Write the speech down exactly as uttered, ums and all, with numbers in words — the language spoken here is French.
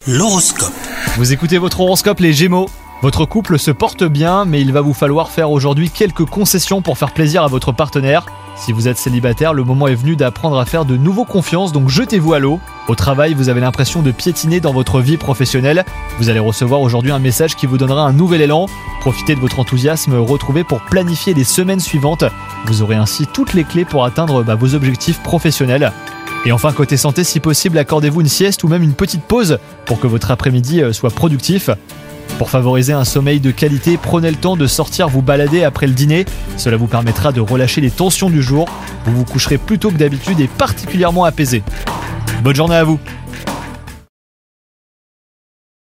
L'horoscope. Vous écoutez votre horoscope les Gémeaux. Votre couple se porte bien, mais il va vous falloir faire aujourd'hui quelques concessions pour faire plaisir à votre partenaire. Si vous êtes célibataire, le moment est venu d'apprendre à faire de nouveau confiance, donc jetez-vous à l'eau. Au travail, vous avez l'impression de piétiner dans votre vie professionnelle. Vous allez recevoir aujourd'hui un message qui vous donnera un nouvel élan. Profitez de votre enthousiasme retrouvé pour planifier les semaines suivantes. Vous aurez ainsi toutes les clés pour atteindre bah, vos objectifs professionnels. Et enfin, côté santé, si possible, accordez-vous une sieste ou même une petite pause pour que votre après-midi soit productif. Pour favoriser un sommeil de qualité, prenez le temps de sortir vous balader après le dîner. Cela vous permettra de relâcher les tensions du jour. Vous vous coucherez plus tôt que d'habitude et particulièrement apaisé. Bonne journée à vous!